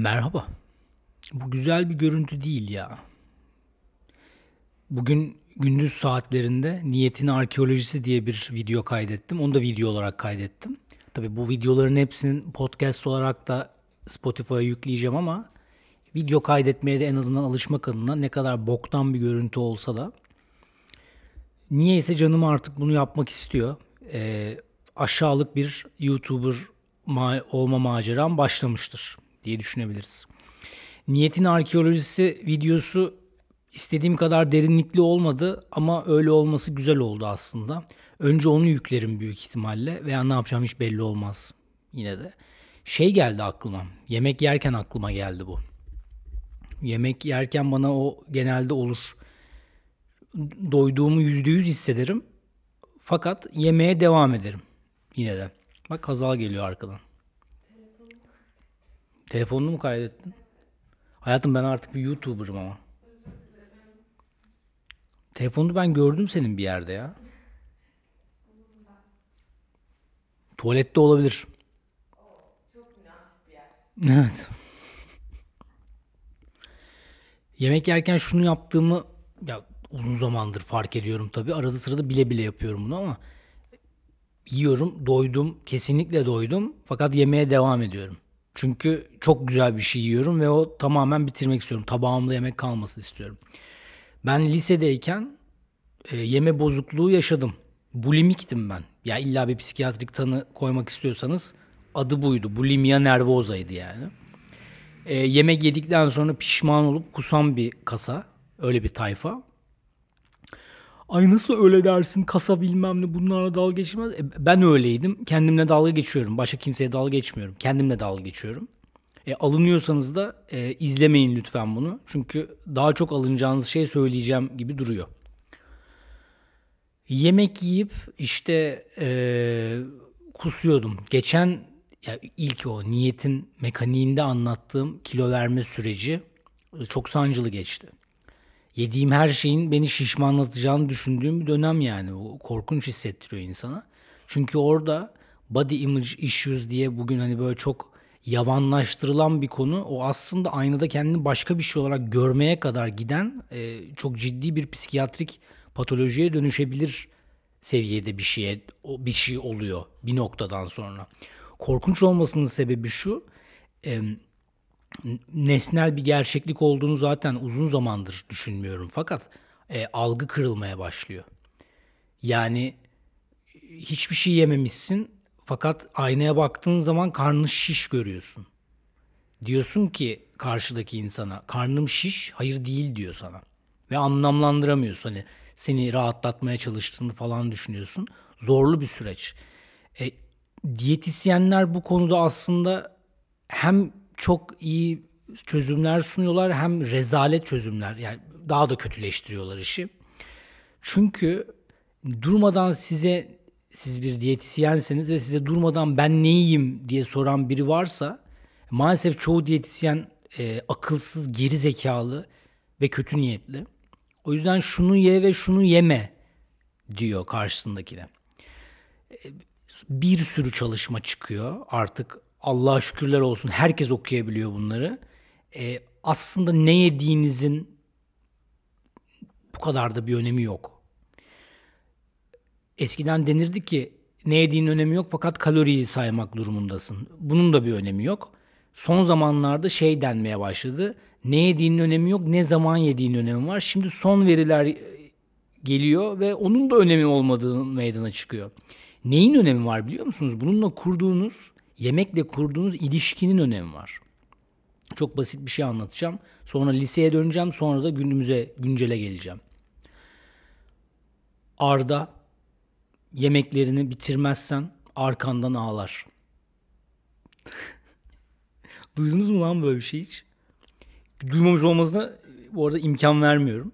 Merhaba. Bu güzel bir görüntü değil ya. Bugün gündüz saatlerinde Niyetin Arkeolojisi diye bir video kaydettim. Onu da video olarak kaydettim. Tabii bu videoların hepsinin podcast olarak da Spotify'a yükleyeceğim ama video kaydetmeye de en azından alışmak adına ne kadar boktan bir görüntü olsa da niyeyse canım artık bunu yapmak istiyor. Aşağılık bir YouTuber olma maceram başlamıştır diye düşünebiliriz. Niyetin arkeolojisi videosu istediğim kadar derinlikli olmadı ama öyle olması güzel oldu aslında. Önce onu yüklerim büyük ihtimalle veya ne yapacağım hiç belli olmaz yine de. Şey geldi aklıma. Yemek yerken aklıma geldi bu. Yemek yerken bana o genelde olur. Doyduğumu %100 hissederim. Fakat yemeğe devam ederim yine de. Bak Hazal geliyor arkadan. Telefonunu mu kaydettin? Hayatım ben artık bir YouTuber'ım ama. Telefonunu ben gördüm senin bir yerde ya. Tuvalette olabilir. Evet. Yemek yerken şunu yaptığımı ya uzun zamandır fark ediyorum tabii. Arada sırada bile bile yapıyorum bunu ama yiyorum, doydum, kesinlikle doydum fakat yemeye devam ediyorum. Çünkü çok güzel bir şey yiyorum ve o tamamen bitirmek istiyorum. Tabağımda yemek kalmasını istiyorum. Ben lisedeyken yeme bozukluğu yaşadım. Bulimiktim ben. Ya illa bir psikiyatrik tanı koymak istiyorsanız adı buydu. Bulimia nervosa'ydı yani. Yemek yedikten sonra pişman olup kusan bir kasa. Öyle bir tayfa. Ay nasıl öyle dersin kasa bilmem ne bunlarla dalga geçilmez. Ben öyleydim. Kendimle dalga geçiyorum. Başka kimseye dalga geçmiyorum. Kendimle dalga geçiyorum. Alınıyorsanız da izlemeyin lütfen bunu. Çünkü daha çok alınacağınız şey söyleyeceğim gibi duruyor. Yemek yiyip işte kusuyordum. Geçen ya ilk o niyetin mekaniğinde anlattığım kilo verme süreci çok sancılı geçti. Yediğim her şeyin beni şişmanlatacağını düşündüğüm bir dönem yani. O korkunç hissettiriyor insana. Çünkü orada body image issues diye bugün hani böyle çok yavanlaştırılan bir konu. O aslında aynada kendini başka bir şey olarak görmeye kadar giden çok ciddi bir psikiyatrik patolojiye dönüşebilir seviyede bir şey oluyor bir noktadan sonra. Korkunç olmasının sebebi şu. e, Nesnel bir gerçeklik olduğunu zaten uzun zamandır düşünmüyorum. Fakat algı kırılmaya başlıyor. Yani hiçbir şey yememişsin fakat aynaya baktığın zaman karnını şiş görüyorsun. Diyorsun ki karşıdaki insana karnım şiş, hayır değil diyor sana. Ve anlamlandıramıyorsun. Hani seni rahatlatmaya çalıştığını falan düşünüyorsun. Zorlu bir süreç. E, Diyetisyenler bu konuda aslında hem çok iyi çözümler sunuyorlar hem rezalet çözümler. Yani daha da kötüleştiriyorlar işi. Çünkü durmadan siz bir diyetisyenseniz ve size durmadan ben ne yiyeyim diye soran biri varsa maalesef çoğu diyetisyen akılsız, geri zekalı ve kötü niyetli. O yüzden şunu ye ve şunu yeme diyor karşısındakine. Bir sürü çalışma çıkıyor artık Allah'a şükürler olsun herkes okuyabiliyor bunları. Aslında ne yediğinizin bu kadar da bir önemi yok. Eskiden denirdi ki ne yediğinin önemi yok fakat kaloriyi saymak durumundasın. Bunun da bir önemi yok. Son zamanlarda şey denmeye başladı. Ne yediğinin önemi yok, ne zaman yediğinin önemi var. Şimdi son veriler geliyor ve onun da önemi olmadığı meydana çıkıyor. Neyin önemi var biliyor musunuz? Yemekle kurduğunuz ilişkinin önemi var. Çok basit bir şey anlatacağım. Sonra liseye döneceğim, sonra da güncele geleceğim. Arda yemeklerini bitirmezsen arkandan ağlar. Duydunuz mu lan böyle bir şey hiç? Duymamış olmasına bu arada imkan vermiyorum.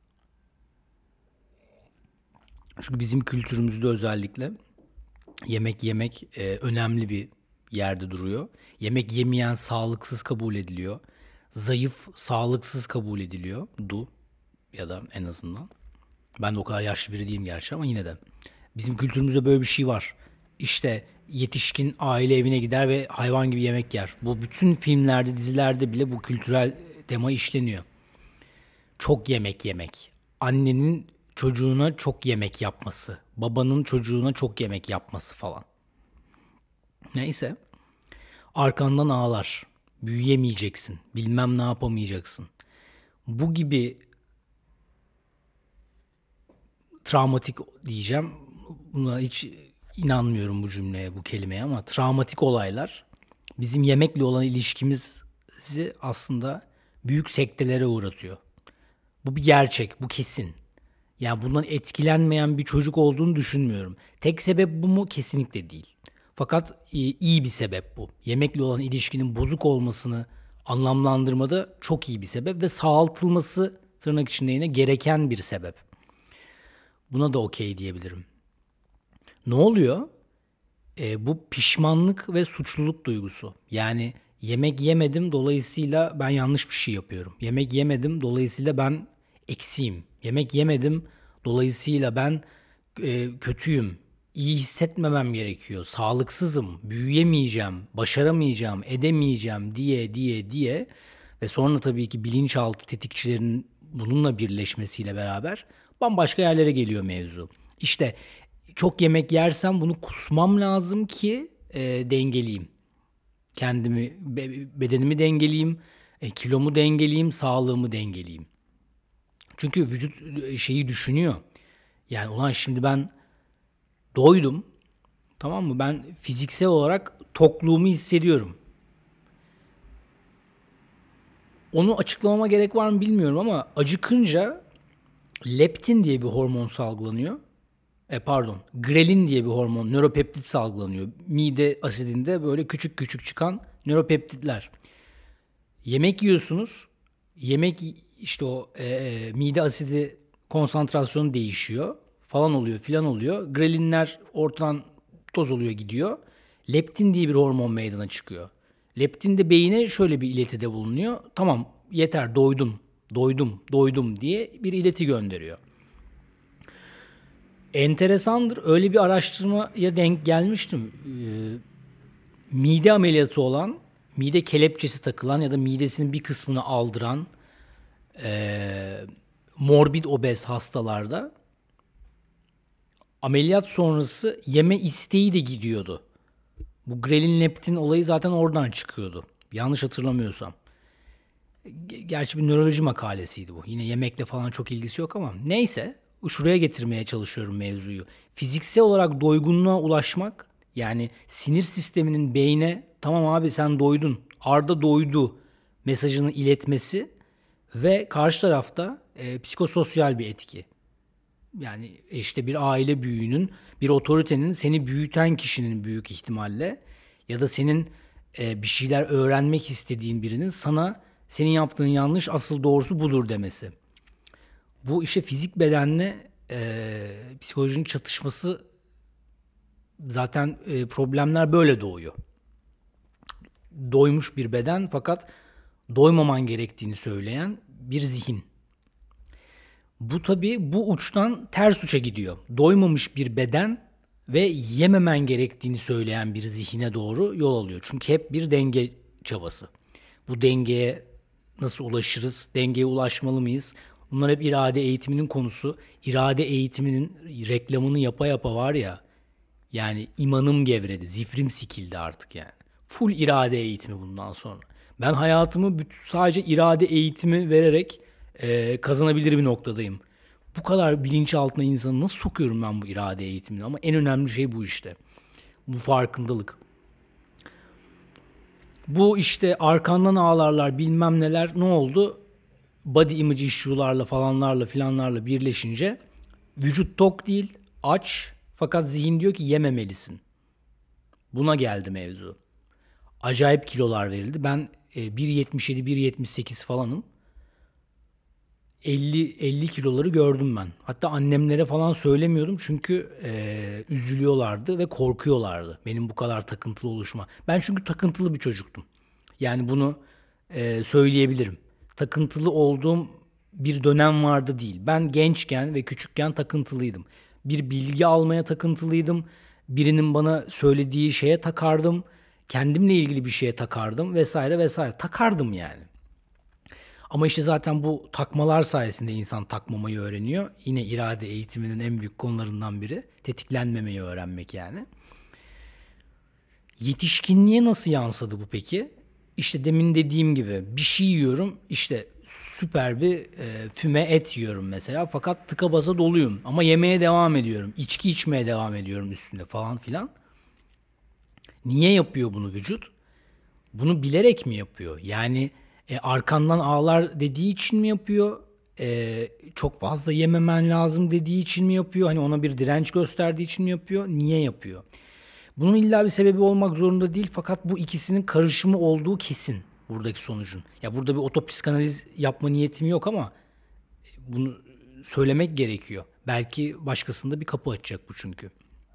Çünkü bizim kültürümüzde özellikle yemek yemek önemli bir yerde duruyor. Yemek yemeyen sağlıksız kabul ediliyor. Zayıf sağlıksız kabul ediliyor. Ya da en azından. Ben de o kadar yaşlı biri değilim gerçi ama yine de. Bizim kültürümüzde böyle bir şey var. İşte yetişkin aile evine gider ve hayvan gibi yemek yer. Bu bütün filmlerde, dizilerde bile bu kültürel tema işleniyor. Çok yemek yemek. Annenin çocuğuna çok yemek yapması. Babanın çocuğuna çok yemek yapması falan. Neyse. Arkandan ağlar. Büyüyemeyeceksin. Bilmem ne yapamayacaksın. Bu gibi travmatik diyeceğim. Buna hiç inanmıyorum bu cümleye, bu kelimeye, ama travmatik olaylar bizim yemekle olan ilişkimizi aslında büyük sektelere uğratıyor. Bu bir gerçek, bu kesin. Yani bundan etkilenmeyen bir çocuk olduğunu düşünmüyorum. Tek sebep bu mu? Kesinlikle değil. Fakat iyi bir sebep bu. Yemekle olan ilişkinin bozuk olmasını anlamlandırmada çok iyi bir sebep ve sağaltılması tırnak içinde yine gereken bir sebep. Buna da okey diyebilirim. Ne oluyor? Bu pişmanlık ve suçluluk duygusu. Yani yemek yemedim, dolayısıyla ben yanlış bir şey yapıyorum. Yemek yemedim, dolayısıyla ben eksiğim. Yemek yemedim, dolayısıyla ben kötüyüm. İyi hissetmemem gerekiyor. Sağlıksızım, büyüyemeyeceğim, başaramayacağım, edemeyeceğim diye ve sonra tabii ki bilinçaltı tetikçilerin bununla birleşmesiyle beraber bambaşka yerlere geliyor mevzu. İşte çok yemek yersem bunu kusmam lazım ki dengeleyeyim. Kendimi, bedenimi dengeleyeyim, kilomu dengeleyeyim, sağlığımı dengeleyeyim. Çünkü vücut şeyi düşünüyor. Yani ulan şimdi ben doydum, tamam mı? Ben fiziksel olarak tokluğumu hissediyorum. Onu açıklamama gerek var mı bilmiyorum ama acıkınca leptin diye bir hormon salgılanıyor. Grelin diye bir hormon, nöropeptit salgılanıyor. Mide asidinde böyle küçük küçük çıkan nöropeptitler. Yemek yiyorsunuz. Yemek işte o mide asidi konsantrasyonu değişiyor. Falan oluyor filan oluyor. Grelinler ortadan toz oluyor gidiyor. Leptin diye bir hormon meydana çıkıyor. Leptin de beyine şöyle bir iletide bulunuyor. Tamam yeter doydum diye bir ileti gönderiyor. Enteresandır. Öyle bir araştırmaya denk gelmiştim. Mide ameliyatı olan, mide kelepçesi takılan ya da midesinin bir kısmını aldıran morbid obez hastalarda ameliyat sonrası yeme isteği de gidiyordu. Bu grelin leptin olayı zaten oradan çıkıyordu. Yanlış hatırlamıyorsam. Gerçi bir nöroloji makalesiydi bu. Yine yemekle falan çok ilgisi yok ama neyse. Şuraya getirmeye çalışıyorum mevzuyu. Fiziksel olarak doygunluğa ulaşmak, yani sinir sisteminin beyne tamam abi sen doydun, Arda doydu mesajını iletmesi ve karşı tarafta psikososyal bir etki. Yani işte bir aile büyüğünün, bir otoritenin, seni büyüten kişinin büyük ihtimalle ya da senin bir şeyler öğrenmek istediğin birinin sana senin yaptığın yanlış, asıl doğrusu budur demesi. Bu işte fizik bedenle psikolojinin çatışması, zaten problemler böyle doğuyor. Doymuş bir beden fakat doymaman gerektiğini söyleyen bir zihin. Bu tabii bu uçtan ters uça gidiyor. Doymamış bir beden ve yememen gerektiğini söyleyen bir zihine doğru yol alıyor. Çünkü hep bir denge çabası. Bu dengeye nasıl ulaşırız? Dengeye ulaşmalı mıyız? Bunlar hep irade eğitiminin konusu. İrade eğitiminin reklamını yapa yapa var ya, yani imanım gevredi, zifrim sikildi artık yani. Full irade eğitimi bundan sonra. Ben hayatımı sadece irade eğitimi vererek kazanabilir bir noktadayım. Bu kadar bilinçaltına insanı nasıl sokuyorum ben bu irade eğitimini? Ama en önemli şey bu işte. Bu farkındalık. Bu işte arkandan ağlarlar bilmem neler ne oldu? Body image issue'larla falanlarla filanlarla birleşince vücut tok değil, aç, fakat zihin diyor ki yememelisin. Buna geldi mevzu. Acayip kilolar verildi. Ben 1.77, 1.78 falanım. 50 kiloları gördüm ben. Hatta annemlere falan söylemiyordum çünkü üzülüyorlardı ve korkuyorlardı benim bu kadar takıntılı oluşuma. Ben çünkü takıntılı bir çocuktum. Yani bunu söyleyebilirim. Takıntılı olduğum bir dönem vardı değil. Ben gençken ve küçükken takıntılıydım. Bir bilgi almaya takıntılıydım. Birinin bana söylediği şeye takardım. Kendimle ilgili bir şeye takardım vesaire vesaire. Takardım yani. Ama işte zaten bu takmalar sayesinde insan takmamayı öğreniyor. Yine irade eğitiminin en büyük konularından biri. Tetiklenmemeyi öğrenmek yani. Yetişkinliğe nasıl yansıdı bu peki? İşte demin dediğim gibi bir şey yiyorum, işte süper bir füme et yiyorum mesela, fakat tıka basa doluyum ama yemeye devam ediyorum. İçki içmeye devam ediyorum üstünde falan filan. Niye yapıyor bunu vücut? Bunu bilerek mi yapıyor? Yani arkandan ağlar dediği için mi yapıyor? Çok fazla yememen lazım dediği için mi yapıyor? Hani ona bir direnç gösterdiği için mi yapıyor? Niye yapıyor? Bunun illa bir sebebi olmak zorunda değil, fakat bu ikisinin karışımı olduğu kesin buradaki sonucun. Ya burada bir otopsikanaliz yapma niyetim yok ama bunu söylemek gerekiyor. Belki başkasında bir kapı açacak bu çünkü.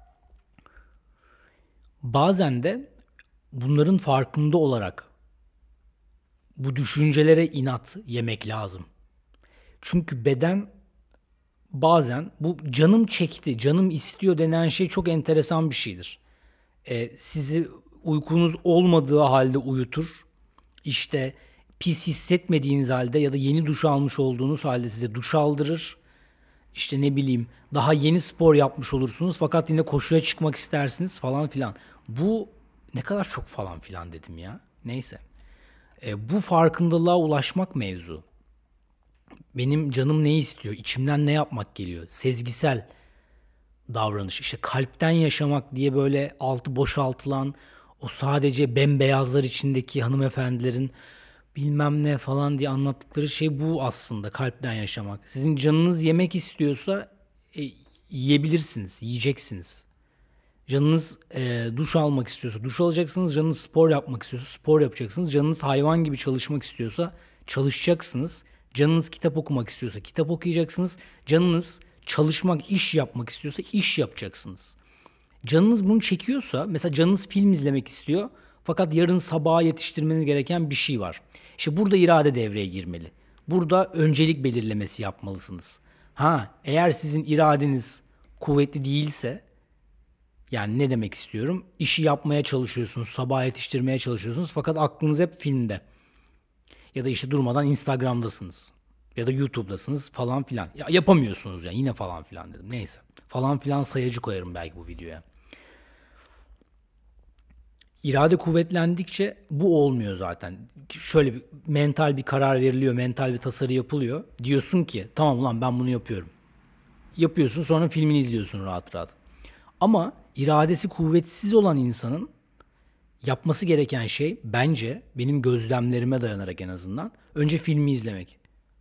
Bazen de bunların farkında olarak bu düşüncelere inat yemek lazım. Çünkü beden bazen bu canım çekti, canım istiyor denen şey çok enteresan bir şeydir. Sizi uykunuz olmadığı halde uyutur. İşte pis hissetmediğiniz halde ya da yeni duş almış olduğunuz halde size duş aldırır. İşte ne bileyim, daha yeni spor yapmış olursunuz fakat yine koşuya çıkmak istersiniz falan filan. Bu ne kadar çok falan filan dedim ya. Neyse. Bu farkındalığa ulaşmak mevzu. Benim canım ne istiyor? İçimden ne yapmak geliyor? Sezgisel davranış. İşte kalpten yaşamak diye böyle altı boşaltılan, o sadece bembeyazlar içindeki hanımefendilerin bilmem ne falan diye anlattıkları şey bu aslında, kalpten yaşamak. Sizin canınız yemek istiyorsa yiyebilirsiniz, yiyeceksiniz. Canınız duş almak istiyorsa duş alacaksınız. Canınız spor yapmak istiyorsa spor yapacaksınız. Canınız hayvan gibi çalışmak istiyorsa çalışacaksınız. Canınız kitap okumak istiyorsa kitap okuyacaksınız. Canınız çalışmak, iş yapmak istiyorsa iş yapacaksınız. Canınız bunu çekiyorsa, mesela canınız film izlemek istiyor fakat yarın sabaha yetiştirmeniz gereken bir şey var. İşte burada irade devreye girmeli. Burada öncelik belirlemesi yapmalısınız. Eğer sizin iradeniz kuvvetli değilse, yani ne demek istiyorum? İşi yapmaya çalışıyorsunuz, sabah yetiştirmeye çalışıyorsunuz fakat aklınız hep filmde. Ya da işte durmadan Instagram'dasınız. Ya da YouTube'dasınız falan filan. Ya yapamıyorsunuz yani, yine falan filan dedim. Neyse. Falan filan sayacı koyarım belki bu videoya. İrade kuvvetlendikçe bu olmuyor zaten. Şöyle bir mental bir karar veriliyor, mental bir tasarı yapılıyor. Diyorsun ki tamam ulan ben bunu yapıyorum. Yapıyorsun, sonra filmini izliyorsun rahat rahat. Ama iradesi kuvvetsiz olan insanın yapması gereken şey, bence benim gözlemlerime dayanarak en azından, önce filmi izlemek.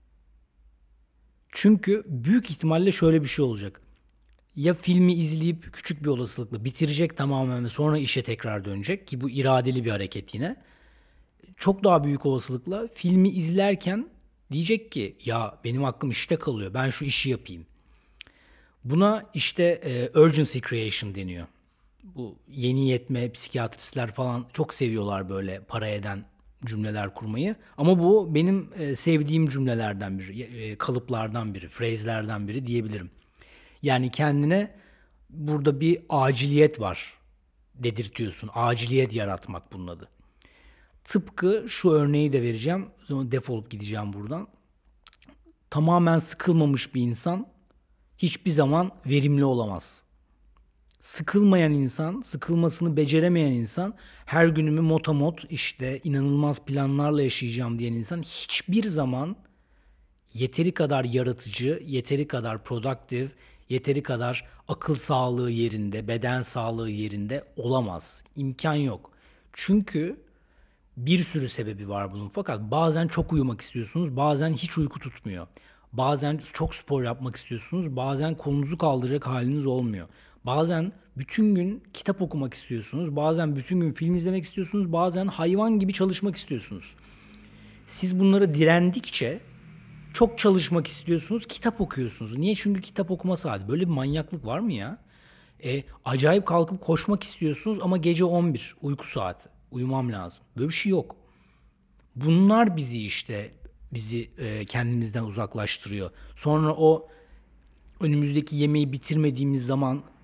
Çünkü büyük ihtimalle şöyle bir şey olacak. Ya filmi izleyip küçük bir olasılıkla bitirecek tamamen ve sonra işe tekrar dönecek, ki bu iradeli bir hareket yine. Çok daha büyük olasılıkla filmi izlerken diyecek ki ya benim hakkım işte kalıyor, ben şu işi yapayım. Buna işte urgency creation deniyor. Bu yeni yetme psikiyatristler falan çok seviyorlar böyle para eden cümleler kurmayı. Ama bu benim sevdiğim cümlelerden biri, kalıplardan biri, phrase'lerden biri diyebilirim. Yani kendine burada bir aciliyet var dedirtiyorsun. Aciliyet yaratmak bunun adı. Tıpkı şu örneği de vereceğim. Sonra defolup gideceğim buradan. Tamamen sıkılmamış bir insan hiçbir zaman verimli olamaz. Sıkılmayan insan, sıkılmasını beceremeyen insan, her günümü motomot işte inanılmaz planlarla yaşayacağım diyen insan hiçbir zaman yeteri kadar yaratıcı, yeteri kadar productive, yeteri kadar akıl sağlığı yerinde, beden sağlığı yerinde olamaz. İmkan yok. Çünkü bir sürü sebebi var bunun, fakat bazen çok uyumak istiyorsunuz, bazen hiç uyku tutmuyor. Bazen çok spor yapmak istiyorsunuz, bazen kolunuzu kaldıracak haliniz olmuyor. Bazen bütün gün kitap okumak istiyorsunuz, bazen bütün gün film izlemek istiyorsunuz, bazen hayvan gibi çalışmak istiyorsunuz. Siz bunlara direndikçe çok çalışmak istiyorsunuz, kitap okuyorsunuz. Niye? Çünkü kitap okuma saati. Böyle bir manyaklık var mı ya? Acayip kalkıp koşmak istiyorsunuz ama gece 11 uyku saati. Uyumam lazım. Böyle bir şey yok. Bunlar bizi kendimizden uzaklaştırıyor. Sonra o önümüzdeki yemeği bitirmediğimiz zaman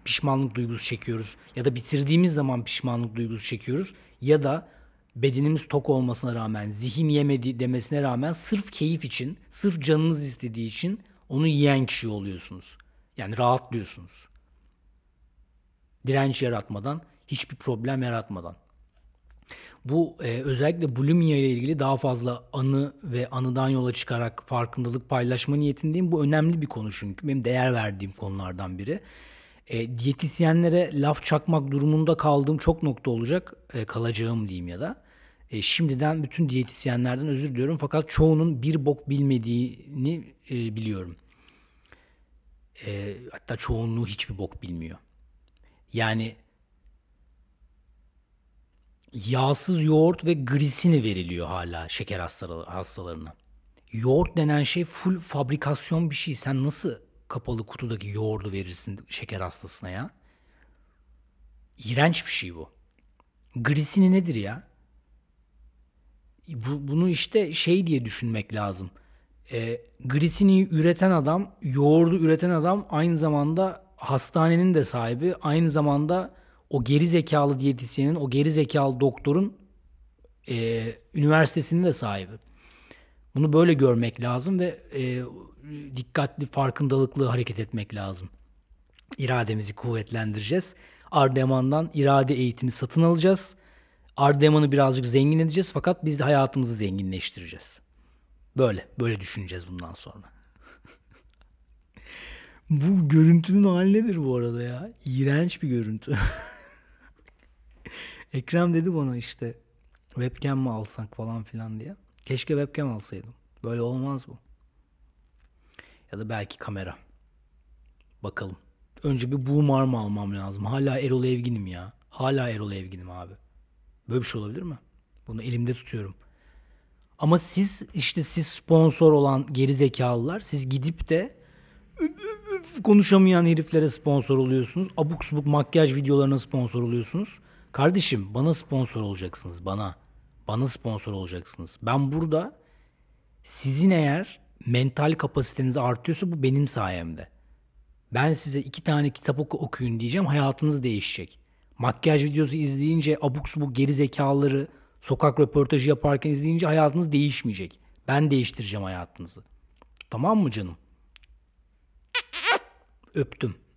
pişmanlık duygusu çekiyoruz ya da bitirdiğimiz zaman pişmanlık duygusu çekiyoruz ya da bedenimiz tok olmasına rağmen, zihin yemedi demesine rağmen sırf keyif için, sırf canınız istediği için onu yiyen kişi oluyorsunuz. Yani rahatlıyorsunuz. Direnç yaratmadan, hiçbir problem yaratmadan. Bu özellikle bulimia ile ilgili daha fazla anı ve anıdan yola çıkarak farkındalık paylaşma niyetindeyim. Bu önemli bir konu çünkü benim değer verdiğim konulardan biri. Diyetisyenlere laf çakmak durumunda kaldığım çok nokta olacak, kalacağım diyeyim ya da. Şimdiden bütün diyetisyenlerden özür diliyorum fakat çoğunun bir bok bilmediğini biliyorum. Hatta çoğunluğu hiçbir bok bilmiyor. Yani yağsız yoğurt ve grisini veriliyor hala şeker hastalarına. Yoğurt denen şey full fabrikasyon bir şey. Sen nasıl kapalı kutudaki yoğurdu verirsin şeker hastasına ya? İğrenç bir şey bu. Grisini nedir ya? Bunu işte şey diye düşünmek lazım. Grisini üreten adam, yoğurdu üreten adam aynı zamanda hastanenin de sahibi, aynı zamanda o geri zekalı diyetisyenin, o geri zekalı doktorun üniversitesinin de sahibi. Bunu böyle görmek lazım ve dikkatli, farkındalıklı hareket etmek lazım. İrademizi kuvvetlendireceğiz. Ardeman'dan irade eğitimi satın alacağız. Ardeman'ı birazcık zengin edeceğiz fakat biz de hayatımızı zenginleştireceğiz. Böyle düşüneceğiz bundan sonra. Bu görüntünün hali nedir bu arada ya? İğrenç bir görüntü. Ekrem dedi bana işte webcam mı alsak falan filan diye. Keşke webcam alsaydım. Böyle olmaz bu. Ya da belki kamera. Bakalım. Önce bir Boomar mı almam lazım? Hala Erol Evgin'im ya. Hala Erol Evgin'im abi. Böyle bir şey olabilir mi? Bunu elimde tutuyorum. Ama siz sponsor olan geri zekalılar siz gidip de konuşamayan heriflere sponsor oluyorsunuz. Abuk subuk makyaj videolarına sponsor oluyorsunuz. Kardeşim bana sponsor olacaksınız bana. Bana sponsor olacaksınız. Ben burada sizin eğer mental kapasiteniz artıyorsa bu benim sayemde. Ben size 2 tane kitap okuyun diyeceğim hayatınız değişecek. Makyaj videosu izleyince abuk subuk geri zekalıları sokak röportajı yaparken izleyince hayatınız değişmeyecek. Ben değiştireceğim hayatınızı. Tamam mı canım? Öptüm.